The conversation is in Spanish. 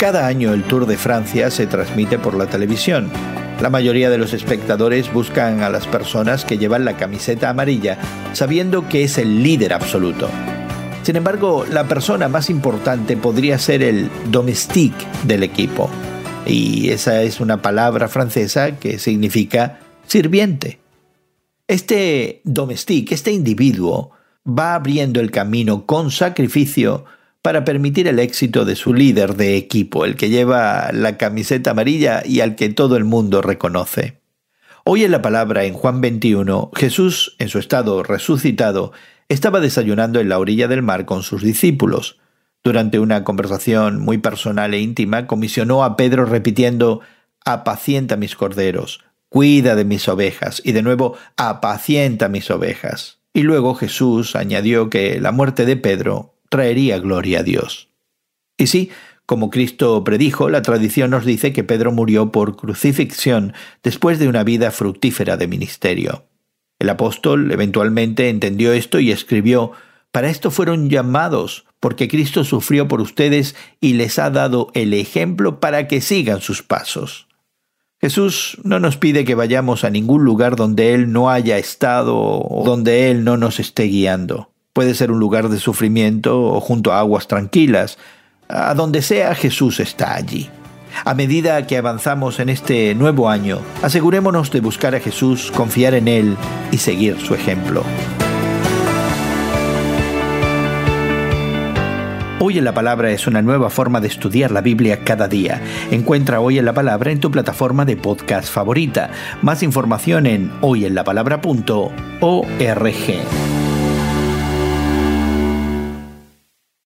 Cada año el Tour de Francia se transmite por la televisión. La mayoría de los espectadores buscan a las personas que llevan la camiseta amarilla, sabiendo que es el líder absoluto. Sin embargo, la persona más importante podría ser el domestique del equipo. Y esa es una palabra francesa que significa sirviente. Este domestique, este individuo, va abriendo el camino con sacrificio para permitir el éxito de su líder de equipo, el que lleva la camiseta amarilla y al que todo el mundo reconoce. Hoy en la palabra, en Juan 21, Jesús, en su estado resucitado, estaba desayunando en la orilla del mar con sus discípulos. Durante una conversación muy personal e íntima, comisionó a Pedro repitiendo: «Apacienta mis corderos, cuida de mis ovejas», y de nuevo: «Apacienta mis ovejas». Y luego Jesús añadió que la muerte de Pedro traería gloria a Dios. Y sí, como Cristo predijo, la tradición nos dice que Pedro murió por crucifixión después de una vida fructífera de ministerio. El apóstol eventualmente entendió esto y escribió: «Para esto fueron llamados, porque Cristo sufrió por ustedes y les ha dado el ejemplo para que sigan sus pasos». Jesús no nos pide que vayamos a ningún lugar donde Él no haya estado o donde Él no nos esté guiando. Puede ser un lugar de sufrimiento o junto a aguas tranquilas. A donde sea, Jesús está allí. A medida que avanzamos en este nuevo año, asegurémonos de buscar a Jesús, confiar en Él y seguir su ejemplo. Hoy en la Palabra es una nueva forma de estudiar la Biblia cada día. Encuentra Hoy en la Palabra en tu plataforma de podcast favorita. Más información en hoyenlapalabra.org.